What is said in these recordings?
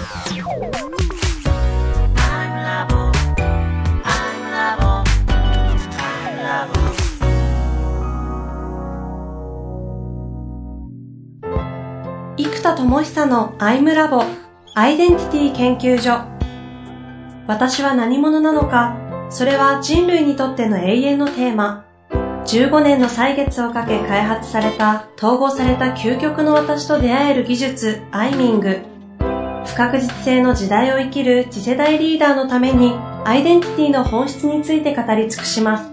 生田智久のアイムラボアイデンティティ研究所。私は何者なのか、それは人類にとっての永遠のテーマ。15年の歳月をかけ開発された統合された究極の私と出会える技術アイミング。不確実性の時代を生きる次世代リーダーのためにアイデンティティの本質について語り尽くします。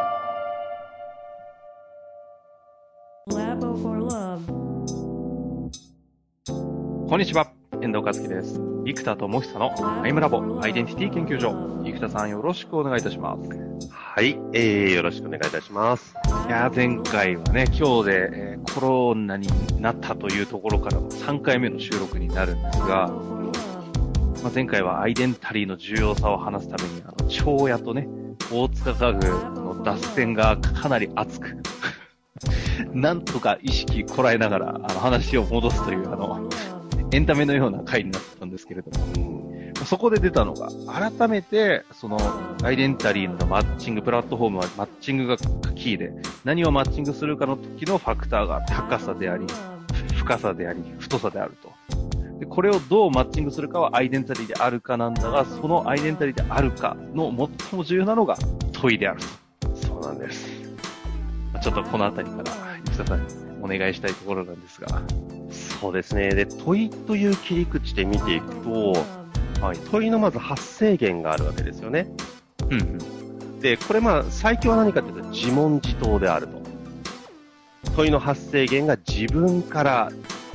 こんにちは、遠藤和樹です。生田智久のアイムラボアイデンティティ研究所。生田さんよろしくお願いいたします。 はい、よろしくお願いいたします。 いやー、前回はね、今日で、コロナになったというところからの3回目の収録になるんですが、前回はアイデンタリーの重要さを話すために、長屋とね、大塚家具の脱線がかなり熱く、なんとか意識こらえながら、話を戻すという、エンタメのような回になったんですけれども、そこで出たのが、改めて、その、アイデンタリーのマッチング、プラットフォームはマッチングがキーで、何をマッチングするかの時のファクターが高さであり、深さであり、太さであると。で、これをどうマッチングするかはアイデンタリーであるかなんだが、そのアイデンタリーであるかの最も重要なのが問いであると。 そうなんです。 ちょっとこのあたりから、生田さんにお願いしたいところなんですが。 そうですね。で、問いという切り口で見ていくと、はい、問いのまず発生源があるわけですよね。で、これ最強は何かというと自問自答であると。問いの発生源が自分から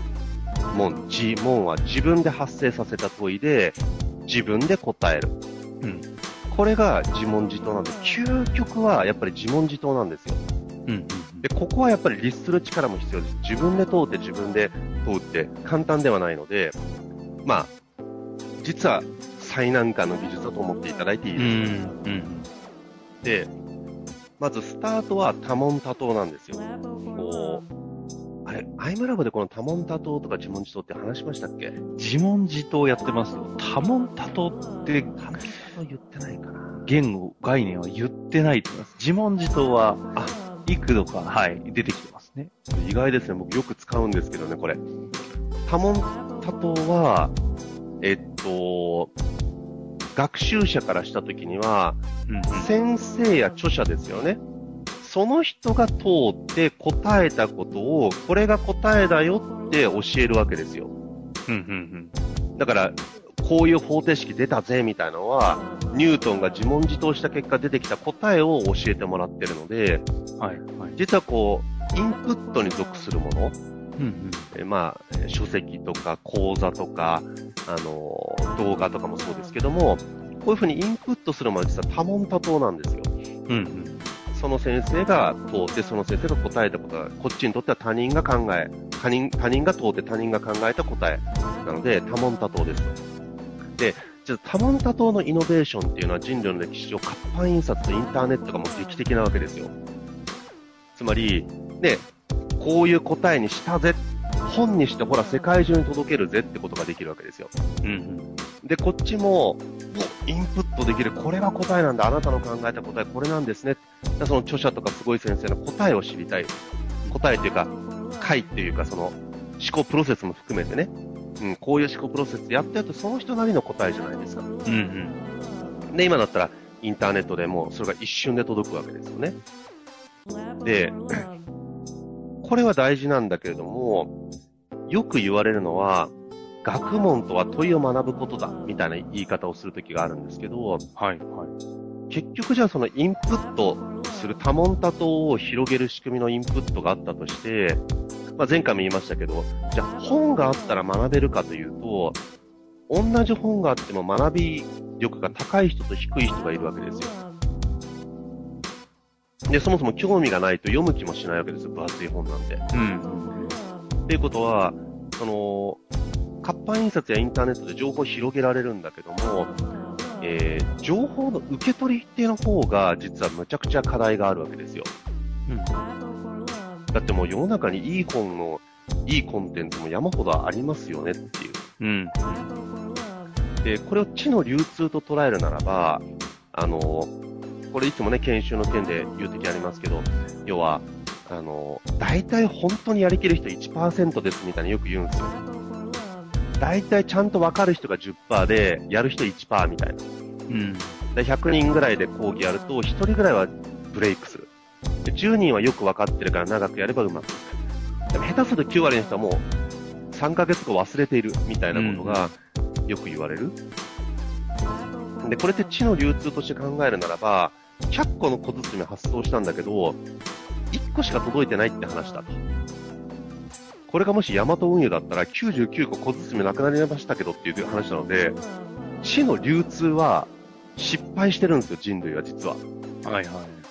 問は自分で発生させた問いで自分で答える。これが自問自答なんで、究極はやっぱり自問自答なんですよ。で、ここはやっぱり律する力も必要です。自分で問うて自分で問うって簡単ではないので、実は最難関の技術だと思っていただいていいです。で、まずスタートは多問多答なんですよ。アイムラボでこの多問多答とか自問自答って話しましたっけ？ 自問自答やってますよ。多問多答って多問多答言ってないかな。 概念は言ってないと思います。自問自答は、幾度か、出てきてますね。 意外ですね。僕よく使うんですけどね、これ。多問多答は、学習者からしたときには、先生や著者ですよね。その人が通って答えたことを、これが答えだよって教えるわけですよ。だから、こういう方程式出たぜみたいなのは、ニュートンが自問自答した結果出てきた答えを教えてもらってるので、実はインプットに属するもの、書籍とか講座とか、動画とかもそうですけども、こういうふうにインプットするものは実は多問多答なんですよ。その先生が通って、その先生が答えたことが、こっちにとっては他人が通って他人が考えた答えなので、多問多答です。で、多問多答のイノベーションっていうのは人類の歴史上、活版印刷とインターネットがもう劇的なわけですよ。つまり、こういう答えにしたぜ、本にしてほら世界中に届けるぜってことができるわけですよ。で、こっちも、インプットできる、これが答えなんだ、あなたの考えた答えこれなんですね。その著者とかすごい先生の答えを知りたい。答えというか、解っていうか、その思考プロセスも含めてね、こういう思考プロセスやってるとその人なりの答えじゃないですか。で、今だったらインターネットでもそれが一瞬で届くわけですよね。で、これは大事なんだけれども、よく言われるのは、学問とは問いを学ぶことだ、みたいな言い方をするときがあるんですけど、結局じゃあそのインプットする多問多答を広げる仕組みのインプットがあったとして、前回も言いましたけど、じゃあ本があったら学べるかというと、同じ本があっても学び力が高い人と低い人がいるわけですよ。で、そもそも興味がないと読む気もしないわけですよ、分厚い本なんて。っていうことは、活版印刷やインターネットで情報を広げられるんだけども、情報の受け取りっていうの方が実はむちゃくちゃ課題があるわけですよ。だってもう世の中にいい本のいいコンテンツも山ほどありますよねっていう。 で、これを知の流通と捉えるならば、これいつもね、研修の件で言うときありますけど、要は、大体本当にやりきる人 1% ですみたいによく言うんですよ。大体ちゃんと分かる人が 10% で、やる人 1% みたいな。うん。で、100人ぐらいで講義やると、1人ぐらいはブレイクする。で、10人はよく分かってるから長くやればうまくいく。でも下手すると9割の人はもう3ヶ月後忘れているみたいなことがよく言われる。で、これって知の流通として考えるならば、100個の小包発送したんだけど、1個しか届いてないって話だと。これがもしヤマト運輸だったら99個小包なくなりましたけどっていう話なので、知の流通は失敗してるんですよ、人類は実は。はいはい。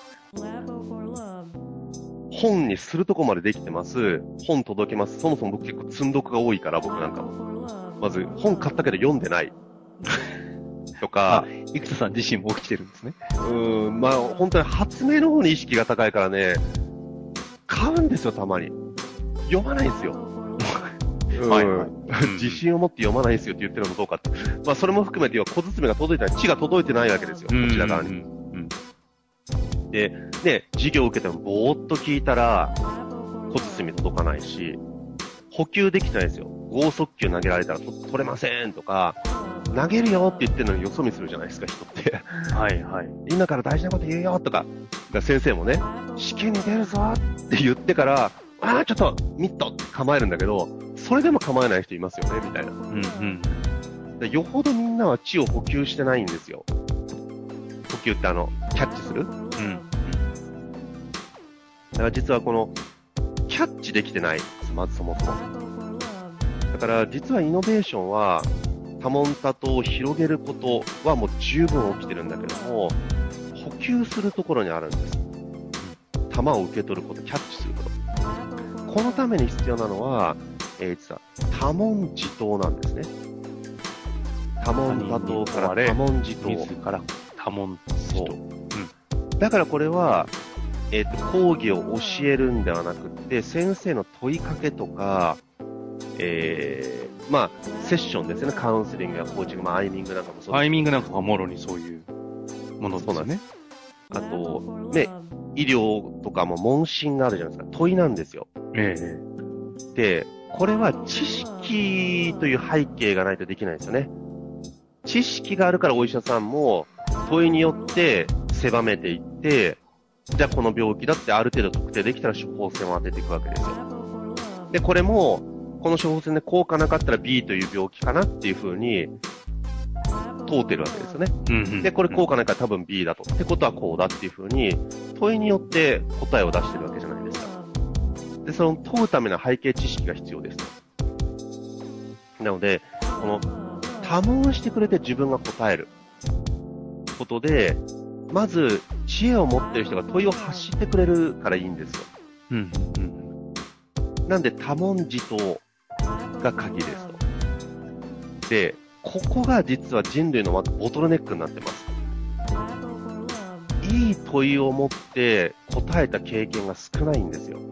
本にするとこまでできてます。本届けます。そもそも僕結構積んどくが多いから、僕なんかも。まず、本買ったけど読んでない。とか、 生田さん自身も起きてるんですね。 まあ本当に発明の方に意識が高いからね、買うんですよ、たまに。読まないんですよ。はいはい。自信を持って読まないんですよって言ってるのもどうかって。まあそれも含めて、小包が届いたら、知が届いてないわけですよ、こちら側に。で、授業を受けてもぼーっと聞いたら、小包届かないし、補給できてないですよ。剛速球投げられたら取れませんとか、投げるよって言ってるのによそ見するじゃないですか、人って。はいはい。今から大事なこと言うよとか、先生もね、試験に出るぞって言ってから、ちょっと、ミットって構えるんだけど、それでも構えない人いますよね、みたいな。でよほどみんなは知を補給してないんですよ。補給ってキャッチする？だから実はこの、キャッチできてない。まずそもそも。だから実はイノベーションは、多聞多答を広げることはもう十分起きてるんだけども、補給するところにあるんです。球を受け取ること、キャッチすること。このために必要なのは、実は多聞自答なんですね。多聞多答から多聞自答。 自ら多聞自答。 だからこれは、講義を教えるんではなくって、先生の問いかけとか、まあ、セッションですね。カウンセリングやコーチング、アイミングなんかもそうです。 アイミングなんかはもろにそういうものですね。そうなんです。 あと、ね、医療とかも問診があるじゃないですか。問いなんですよ。で、これは知識という背景がないとできないですよね。知識があるからお医者さんも問いによって狭めていって、じゃあこの病気だってある程度特定できたら処方箋を当てていくわけですよ。で、これも、この処方箋で効果なかったら B という病気かなっていう風に通ってるわけですよね。で、これ効果ないから多分 B だと。ってことはこうだっていう風に問いによって答えを出してるわけじゃないですか。で、その問うための背景知識が必要です。なので、この多問してくれて自分が答えることで、まず知恵を持ってる人が問いを発してくれるからいいんですよ。なんで多問自答が鍵ですと。で、ここが実は人類のまずボトルネックになってます。いい問いを持って答えた経験が少ないんですよ。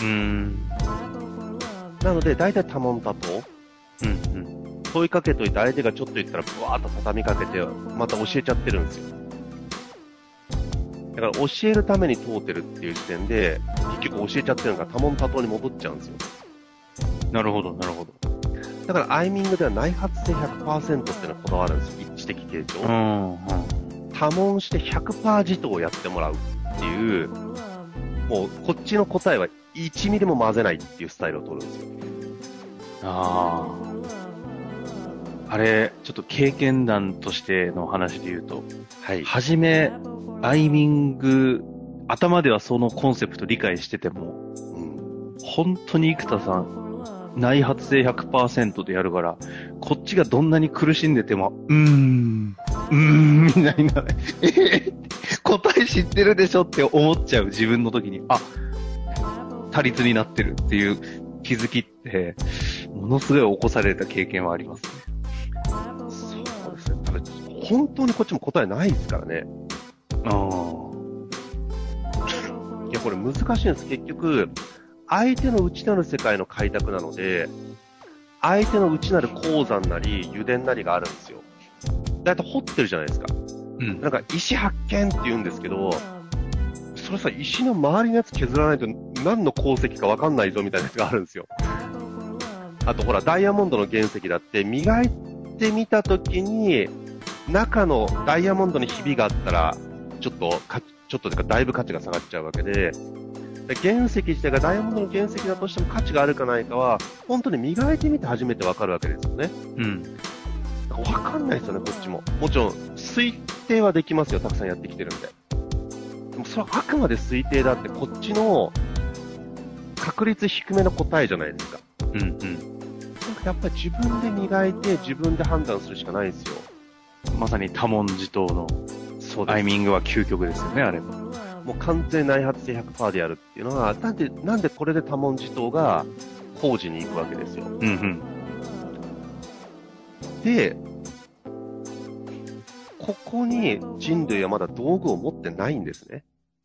なので、大体多問多答。問いかけといて相手がちょっと言ったらブワーッと畳みかけてまた教えちゃってるんですよ。だから教えるために問うてるっていう時点で結局教えちゃってるのが多問多答に戻っちゃうんですよ。 なるほど、なるほど。 だからアイミングでは内発性 100% っていうのはこだわるんですよ。一致的傾聴。多問して 100% 自答をやってもらうっていう、もうこっちの答えは1ミリも混ぜないっていうスタイルを取るんですよ。 あれ、ちょっと経験談としての話で言うと、はじめ、アイミング、頭ではそのコンセプト理解してても、本当に生田さん、内発性 100% でやるから、こっちがどんなに苦しんでても、みたいな、答え知ってるでしょって思っちゃう自分の時に、他律になってるっていう気づきって、ものすごい起こされた経験はありますね。 そうですね。ただ、本当にこっちも答えないですからね。いや、これ難しいんです。結局、相手の内なる世界の開拓なので、相手の内なる鉱山なり油田なりがあるんですよ。 だいたい掘ってるじゃないですか。 うん。 なんか石発見って言うんですけど、それさ、石の周りのやつ削らないと何の鉱石かわかんないぞみたいなやつがあるんですよ。あとほら、ダイヤモンドの原石だって磨いてみたときに、中のダイヤモンドにひびがあったら、ちょっとというかだいぶ価値が下がっちゃうわけで、原石自体がダイヤモンドの原石だとしても価値があるかないかは、本当に磨いてみて初めてわかるわけですよね。 うん。 わかんないですよね、こっちも。もちろん、推定はできますよ、たくさんやってきてるんで。でもそれはあくまで推定だって、こっちの確率低めの答えじゃないですか。 うんうん。 やっぱり自分で磨いて自分で判断するしかないんですよ。 まさに多文字刀のタイミングは究極ですよね、あれは。 もう完全内発性 100% でやるっていうのは、なんでこれで多文字刀が工事に行くわけですよ。 うんうん。 で、ここに人類はまだ道具を持ってないんですね。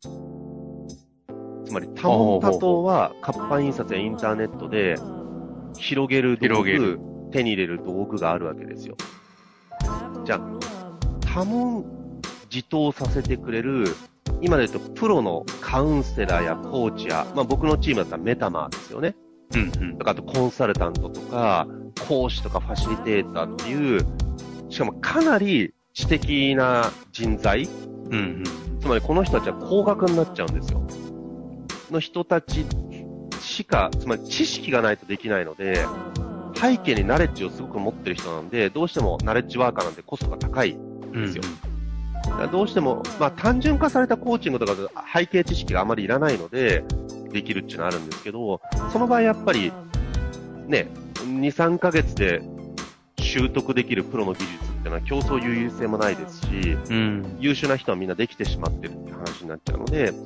つまり多文多刀は活版印刷やインターネットで広げる道具、手に入れる道具があるわけですよ。じゃあ、多文字刀させてくれる、今で言うとプロのカウンセラーやコーチや、まあ僕のチームだったらメタマーですよね。 うんうん。 とかあとコンサルタントとか、講師とかファシリテーターっていう、しかもかなり知的な人材、 うんうん、 つまりこの人たちは高額になっちゃうんですよ。の人たちしか、つまり知識がないとできないので、背景にナレッジをすごく持ってる人なんで、どうしてもナレッジワーカーなんでコストが高いんですよ。だからどうしても、まあ単純化されたコーチングとか背景知識があまりいらないので、できるっていうのはあるんですけど、その場合やっぱり、ね、2、3ヶ月で習得できるプロの技術っていうのは競争優位性もないですし、 うん、 優秀な人はみんなできてしまってるって話になっちゃうので、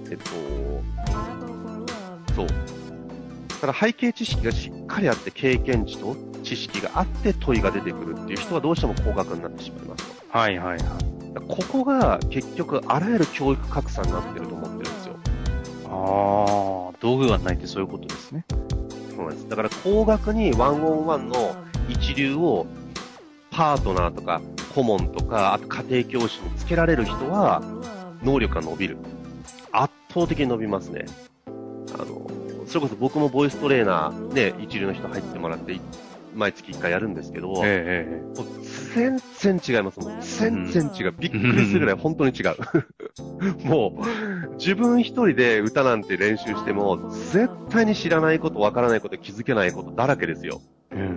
そう。だから背景知識がしっかりあって経験値と知識があって問いが出てくるっていう人はどうしても高額になってしまいますと。 はいはいはい。 ここが結局あらゆる教育格差になってると思ってるんですよ。 ああ、道具がないってそういうことですね。 そうなんです。だから高額にワンオンワンの一流をパートナーとか顧問とか、あと家庭教師につけられる人は能力が伸びる。圧倒的に伸びますね。それこそ僕もボイストレーナーね、一流の人入ってもらって毎月1回やるんですけど、全然違いますもん。全然違う。びっくりするぐらい本当に違う。もう、自分一人で歌なんて練習しても、絶対に知らないこと、わからないこと、気づけないことだらけですよ。 うんうん、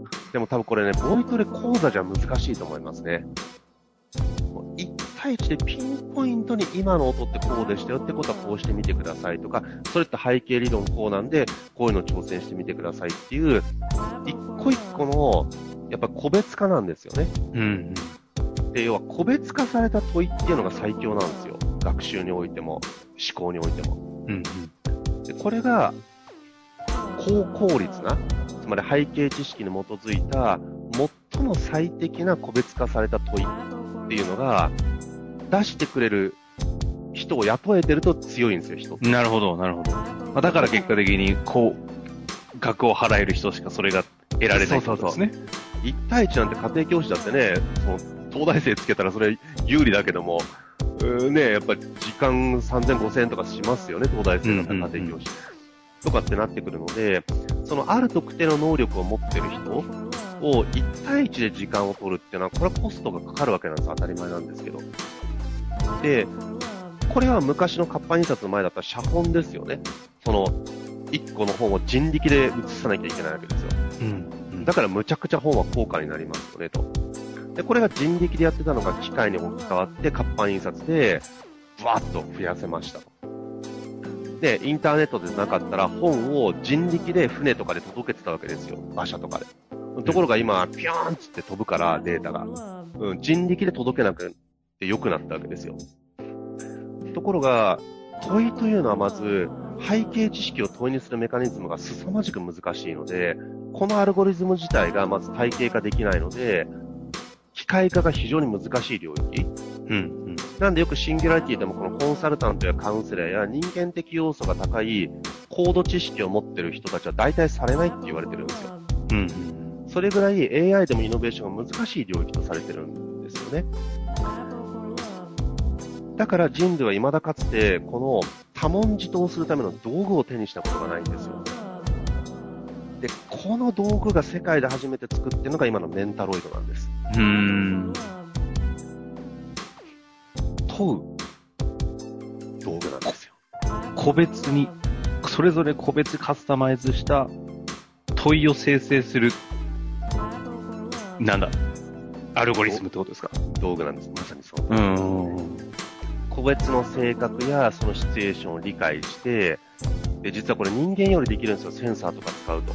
でも多分これね、ボイトレ講座じゃ難しいと思いますね。1対1でピンポイントに今の音ってこうでしたよってことはこうしてみてくださいとか、それって背景理論こうなんで、こういうの挑戦してみてくださいっていう、一個一個の、やっぱ個別化なんですよね。 うんうん、 で、要は個別化された問いっていうのが最強なんですよ。学習においても、思考においても。 うんうん、 でこれが、高効率な、つまり背景知識に基づいた、最も最適な個別化された問いっていうのが、出してくれる人を雇えてると強いんですよ、人って。 なるほど、なるほど。まあ、だから結果的に、額を払える人しかそれが得られないってことですね。 そう1対1なんて家庭教師だってね、東大生つけたらそれ有利だけども、ね、やっぱり時間3000、5000円とかしますよね、東大生だったら家庭教師。とかってなってくるので、そのある特定の能力を持ってる人を1対1で時間を取るっていうのは、これはコストがかかるわけなんです。当たり前なんですけど。で、これは昔の活版印刷の前だったら写本ですよね。その、1個の本を人力で写さなきゃいけないわけですよ。だからむちゃくちゃ本は高価になりますよね、と。で、これが人力でやってたのが機械に置き換わって活版印刷で、ブワーッと増やせましたと。で、インターネットでなかったら本を人力で船とかで届けてたわけですよ。馬車とかで。ところが今、ピョーンつって飛ぶからデータが。人力で届けなくて良くなったわけですよ。ところが、問いというのはまず、背景知識を問いにするメカニズムが凄まじく難しいので、このアルゴリズム自体がまず体系化できないので、機械化が非常に難しい領域。なんでよくシンギュラリティでもこのコンサルタントやカウンセラーや人間的要素が高い高度知識を持ってる人たちは大体されないって言われてるんですよ。 それぐらい AI でもイノベーションが難しい領域とされてるんですよね。だから人類は未だかつてこの多文字答をするための道具を手にしたことがないんですよ。で、この道具が世界で初めて作ってるのが今のメンタロイドなんです。問う道具なんですよ。 個別に、それぞれ個別カスタマイズした問いを生成する、なんだ、アルゴリズムってことですか？ 道具なんです。まさにそう。個別の性格やそのシチュエーションを理解して、で、実はこれ人間よりできるんですよ。センサーとか使うと。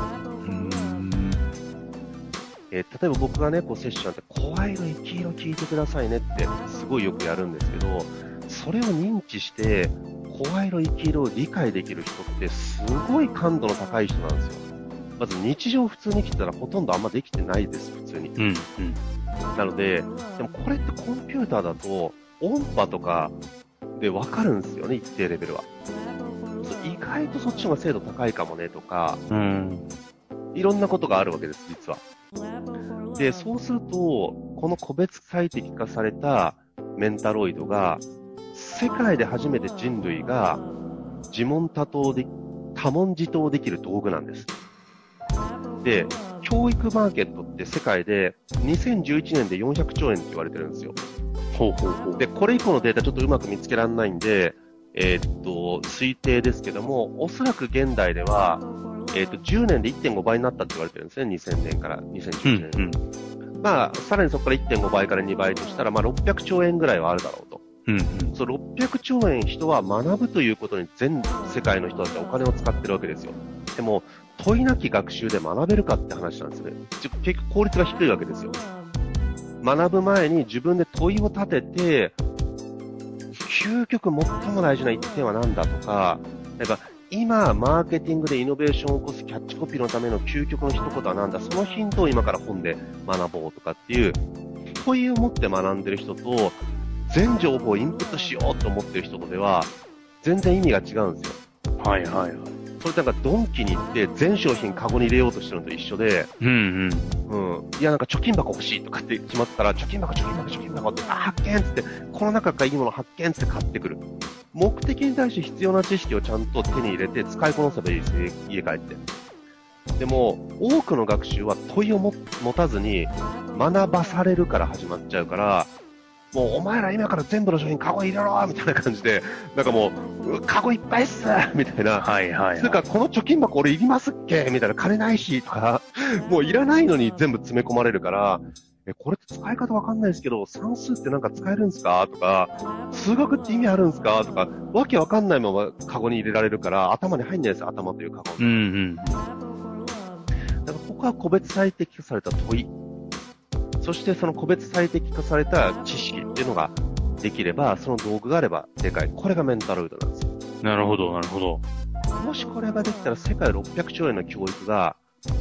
例えば僕がね、こうセッションで声色、息色聞いてくださいねってすごいよくやるんですけど、それを認知して声色、息色を理解できる人ってすごい感度の高い人なんですよ。まず日常普通に生きてたらほとんどあんまできてないです、普通に。なので、でもこれってコンピューターだと音波とかでわかるんですよね、一定レベルは。意外とそっちの方が精度高いかもねとか、いろんなことがあるわけです、実は。で、そうすると、この個別最適化されたメンタロイドが、世界で初めて人類が自問多答で、多問自答できる道具なんです。で、教育マーケットって世界で2011年で400兆円って言われてるんですよ。で、これ以降のデータちょっとうまく見つけられないんで、推定ですけども、おそらく現代では、10年で 1.5 倍になったって言われてるんですね、2000年から2011年。まあ、さらにそこから 1.5 倍から2倍としたら、まあ、600兆円ぐらいはあるだろうと。そう、600兆円人は学ぶということに全世界の人たちはお金を使ってるわけですよ。でも、問いなき学習で学べるかって話なんですね。結局効率が低いわけですよ。学ぶ前に自分で問いを立てて、究極最も大事な一点は何だとか、なんか今マーケティングでイノベーションを起こすキャッチコピーのための究極の一言は何だ、そのヒントを今から本で学ぼうとかっていう問いを持って学んでる人と、全情報をインプットしようと思ってる人とでは全然意味が違うんですよ。それなんかドンキに行って全商品カゴに入れようとしてるのと一緒で、いやなんか貯金箱欲しいとかって決まったら、貯金箱って、発見っつって、この中からいいもの発見って買ってくる。目的に対して必要な知識をちゃんと手に入れて使いこなせばいいですよ、家帰って。でも、多くの学習は問いを持たずに学ばされるから始まっちゃうから、もうお前ら今から全部の商品カゴ入れろみたいな感じで、なんかもう、カゴいっぱいっすみたいな。それからこの貯金箱俺いりますっけみたいな、金ないしとか、もういらないのに全部詰め込まれるから、これって使い方わかんないですけど、算数ってなんか使えるんすかとか、数学って意味あるんすかとか、わけわかんないままカゴに入れられるから、頭に入んないですよ、頭というカゴに。だからここは個別最適化された問い。そしてその個別最適化された知識っていうのができれば、その道具があればでかい。これがメンタロイドなんですよ。 なるほど、なるほど。 もしこれができたら世界600兆円の教育が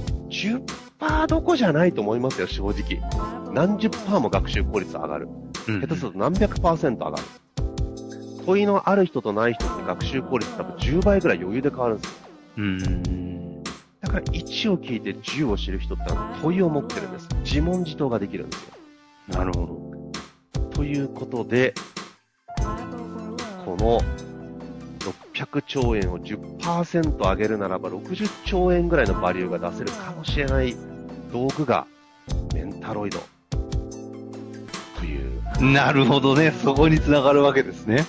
10% どこじゃないと思いますよ、正直。何十パーも学習効率上がる。下手すると何百%上がる。問いのある人とない人って学習効率多分10倍ぐらい余裕で変わるんですよ。だから1を聞いて10を知る人って問いを持ってるんです。自問自答ができるんですよ。 なるほど。 ということで、この600兆円を 10% 上げるならば60兆円ぐらいのバリューが出せるかもしれない道具がメンタロイドという。 なるほどね。そこに繋がるわけですね。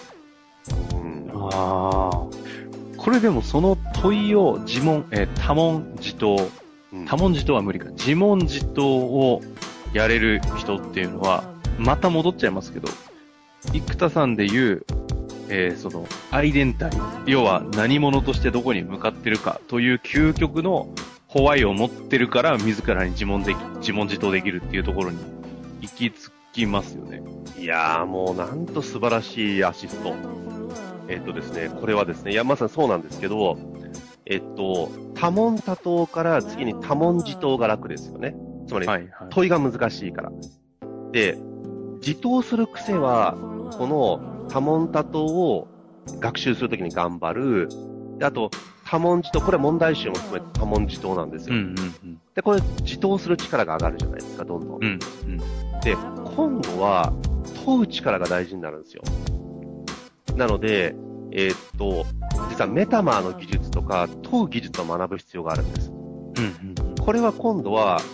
これでもその問いを多問自答、多問自答は無理か。自問自答をやれる人っていうのは、また戻っちゃいますけど、生田さんで言う、そのアイデンタリー、要は何者としてどこに向かってるかという究極のホワイを持ってるから自らに自問自答できるっていうところに行き着きますよね。 いやーもうなんと素晴らしいアシスト。ですね、これはですね、いやまさにそうなんですけど、多問多答から次に多問自答が楽ですよね。つまり、問いが難しいから。で、自答する癖は、この多問多答を学習するときに頑張る。で、あと、 多文字答、これは問題集も含めて多文字答なんですよ。で、これ、自答する力が上がるじゃないですか、どんどん。で、今度は、問う力が大事になるんですよ。なので、実はメタマーの技術とか、問う技術を学ぶ必要があるんです。これは今度は、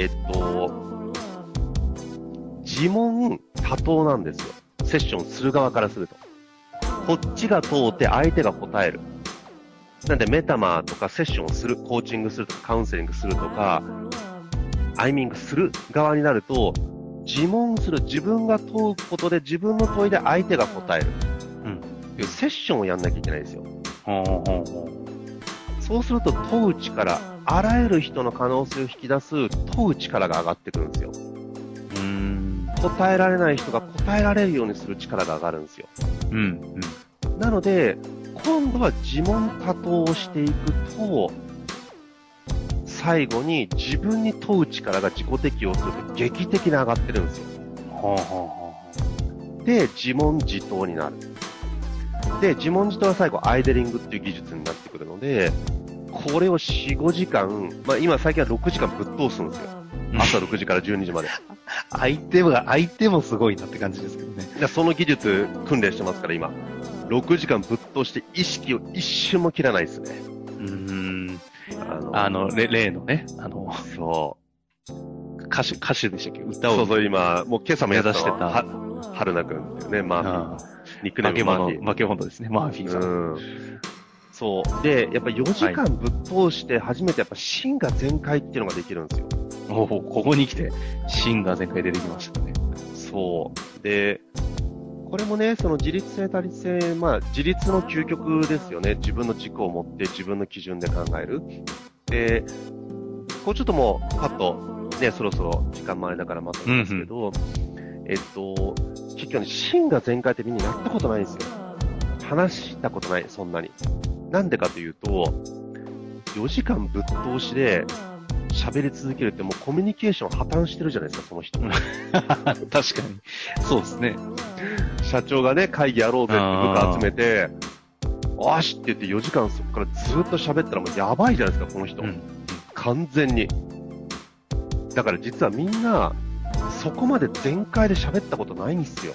自問多答なんですよ。セッションする側からすると。こっちが問うて相手が答える。なんでメタマーとかセッションをする、コーチングするとかカウンセリングするとか、アイミングする側になると、自問する、自分が問うことで自分の問いで相手が答える。っていうセッションをやんなきゃいけないんですよ。そうすると問う力、あらゆる人の可能性を引き出す問う力が上がってくるんですよ。答えられない人が答えられるようにする力が上がるんですよ。なので、今度は自問多答をしていくと、最後に自分に問う力が自己適応すると劇的に上がってるんですよ。で、自問自答になる。で、自問自答は最後アイデリングっていう技術になってくるので、これを4、5時間、今最近は6時間ぶっ通すんですよ。朝6時から12時まで。 相手もすごいなって感じですけどね。 その技術訓練してますから今。6時間ぶっ通して意識を一瞬も切らないですね。 例のね、 そう。 歌手でしたっけ？歌を。 そう、今、もう今朝もやってた春菜くんっていうね、マーフィー。ニックネームマーフィー。 化け物ですね、マーフィーさん。 そう。で、やっぱ4時間ぶっ通して初めてやっぱ芯が全開っていうのができるんですよ。 ここに来て芯が全開出てきましたね。 そう。で、これもね、その自律性、他律性、自律の究極ですよね。自分の軸を持って自分の基準で考える。で、こうちょっともう、パッと、ね、そろそろ時間前だからまとめますけど、結局ね、芯が全開ってみんなやったことないんですよ。話したことない、そんなに。なんでかというと、4時間ぶっ通しで喋り続けるってもうコミュニケーション破綻してるじゃないですか、その人。 確かに。そうですね。 社長がね、会議やろうぜって部下集めて、よしって言って4時間そこからずっと喋ったらもうやばいじゃないですか、この人。完全に。だから実はみんな、そこまで全開で喋ったことないんですよ。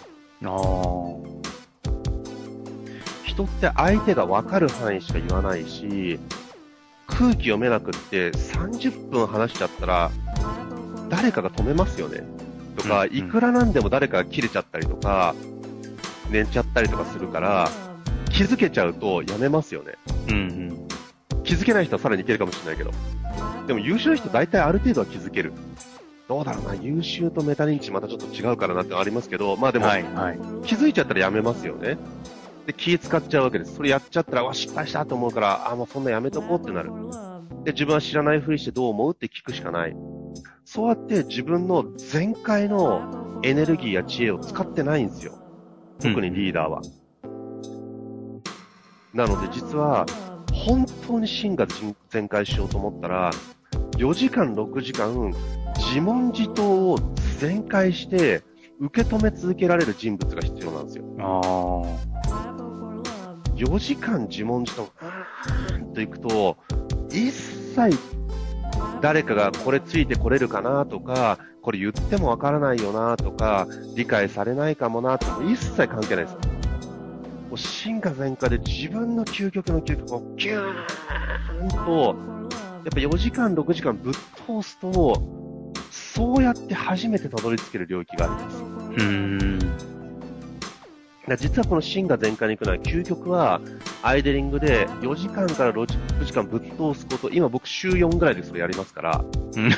人って相手が分かる範囲しか言わないし、空気読めなくって30分話しちゃったら、誰かが止めますよね。とか、いくらなんでも誰かが切れちゃったりとか、寝ちゃったりとかするから、気づけちゃうとやめますよね。気づけない人はさらにいけるかもしれないけど。でも優秀な人大体ある程度は気づける。どうだろうな、優秀とメタ認知またちょっと違うからなってのありますけど、でも、気づいちゃったらやめますよね。で、気使っちゃうわけです。それやっちゃったら、失敗したと思うから、もうそんなやめとこうってなる。で、自分は知らないふりしてどう思うって聞くしかない。そうやって自分の全開のエネルギーや知恵を使ってないんですよ。特にリーダーは。なので実は、本当に芯が全開しようと思ったら、4時間、6時間、自問自答を全開して、受け止め続けられる人物が必要なんですよ。4時間自問自答、といくと、一切誰かがこれついてこれるかなとか、これ言ってもわからないよなとか、理解されないかもなとか、一切関係ないです。もう芯が全開で自分の究極の究極をギューンと、やっぱ4時間、6時間ぶっ通すと、そうやって初めてたどり着ける領域があります。実はこの芯が全開に行くのは、究極は、アイデリングで4時間から6時間ぶっ通すこと、今僕週4ぐらいでそれやりますから、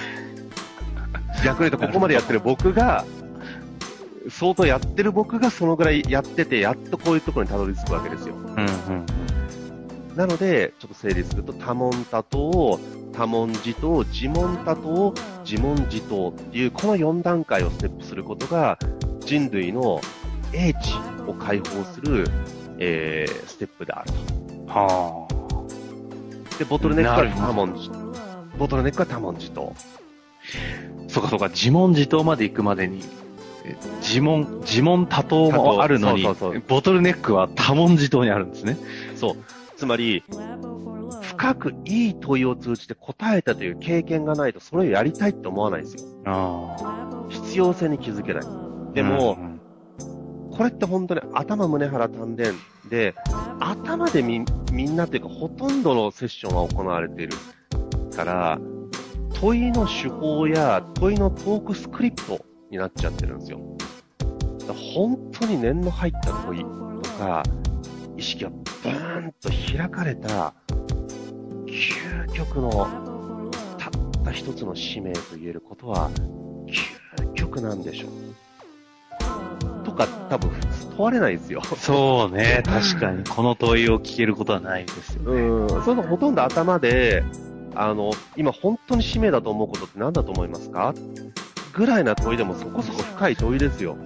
逆に言うとここまでやってる僕が、相当やってる僕がそのぐらいやってて、やっとこういうところにたどり着くわけですよ。なので、ちょっと整理すると、多問多答、多問自答、自問多答、自問自答っていう、この4段階をステップすることが、人類の英知を解放する、ステップであると。で、ボトルネックは多問自答。ボトルネックは多問自答。 そうか、自問自答まで行くまでに、自問多答もあるのに、ボトルネックは多問自答にあるんですね。 そう。つまり、不深くいい問いを通じて答えたという経験がないと、それをやりたいって思わないですよ。必要性に気づけない。でも、これって本当に頭胸腹丹田で、頭でみんなというかほとんどのセッションは行われているから、問いの手法や問いのトークスクリプトになっちゃってるんですよ。本当に念の入った問いとか、意識がブーンと開かれた、究極のたった一つの使命と言えることは、究極なんでしょう。とか多分問われないですよ。 そうね、確かに。この問いを聞けることはないですよね。 それとほとんど頭で、今本当に使命だと思うことって何だと思いますかぐらいな問いでもそこそこ深い問いですよ。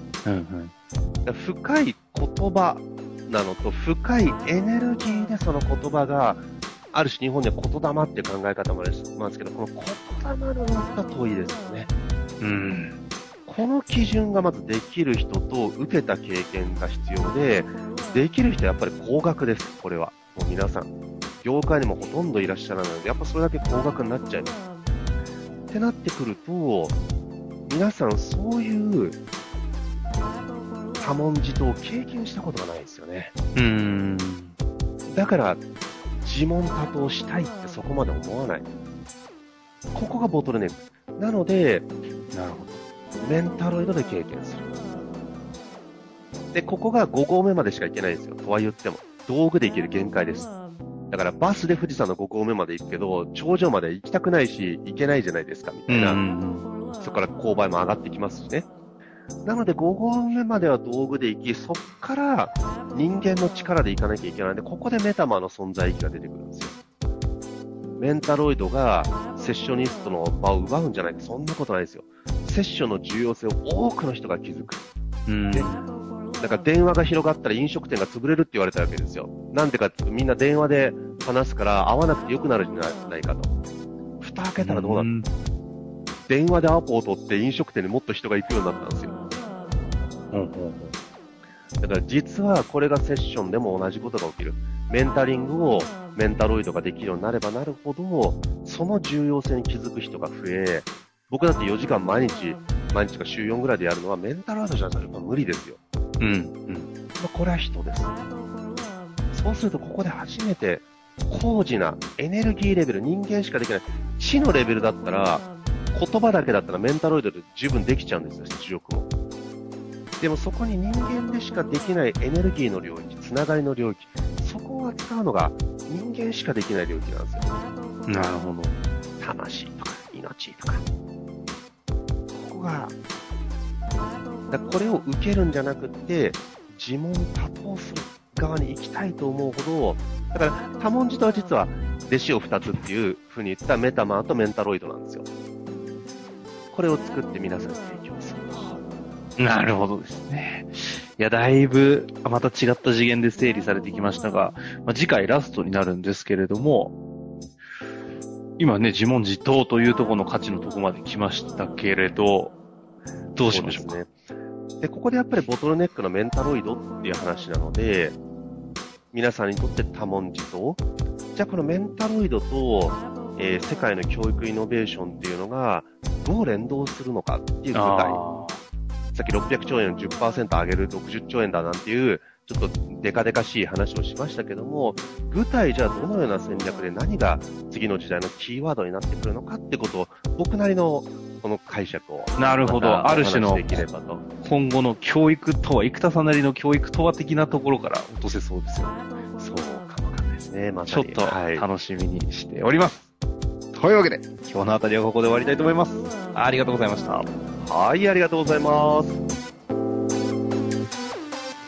深い言葉なのと深いエネルギーでその言葉が、ある種日本では言霊っていう考え方もありますけど、この言霊のなった問いですよね。この基準がまずできる人と受けた経験が必要で、できる人はやっぱり高額です、これは。もう皆さん。業界にもほとんどいらっしゃらないので、やっぱそれだけ高額になっちゃいます。ってなってくると、皆さんそういう多文字と経験したことがないですよね。だから、自問多答したいってそこまで思わない。ここがボトルネック。なので、なるほど。メンタロイドで経験する。で、ここが5合目までしか行けないんですよ。とは言っても。道具で行ける限界です。だからバスで富士山の5合目まで行くけど、頂上まで行きたくないし、行けないじゃないですか、みたいな。そこから勾配も上がってきますしね。なので5合目までは道具で行き、そこから人間の力で行かなきゃいけないので、ここでメタマの存在意義が出てくるんですよ。メンタロイドがセッショニストの場を奪うんじゃないか、そんなことないですよ。セッションの重要性を多くの人が気づく。だから電話が広がったら飲食店が潰れるって言われたわけですよ。なんでかっていうとみんな電話で話すから会わなくてよくなるんじゃないかと。蓋開けたらどうなる？電話でアポを取って飲食店にもっと人が行くようになったんですよ。だから実はこれがセッションでも同じことが起きる。メンタリングをメンタロイドができるようになればなるほど、その重要性に気づく人が増え、僕だって4時間毎日か週4ぐらいでやるのはメンタロイドじゃないと無理ですよ。これは人です。そうするとここで初めて高次なエネルギーレベル、人間しかできない知のレベルだったら、言葉だけだったらメンタロイドで十分できちゃうんですよ、出力も。でもそこに人間でしかできないエネルギーの領域、つながりの領域、そこを扱うのが人間しかできない領域なんですよ。 なるほど。 魂とか命とか。ここが、これを受けるんじゃなくて、自問多答する側に行きたいと思うほど、だから多文字とは実は弟子を2つっていう風に言ったメタマーとメンタロイドなんですよ。これを作って皆さんに提供すると。 なるほどですね。いや、だいぶまた違った次元で整理されてきましたが、次回ラストになるんですけれども、今ね、自問自答というところの価値のところまで来ましたけれど、どうしましょうか。 そうですね。で、ここでやっぱりボトルネックのメンタロイドっていう話なので、皆さんにとって多文字と、じゃあこのメンタロイドと、世界の教育イノベーションっていうのがどう連動するのかっていう具体。さっき600兆円を 10% 上げる60兆円だなんていう、ちょっとデカデカしい話をしましたけども、具体じゃあどのような戦略で何が次の時代のキーワードになってくるのかってことを、僕なりのこの解釈を。 なるほど。ある種の今後の教育とは、生田さんなりの教育とは的なところから落とせそうですよね。 そうかもわかんないですね。 ちょっと楽しみにしております。というわけで、今日のあたりはここで終わりたいと思います。ありがとうございました。 はい、ありがとうございます。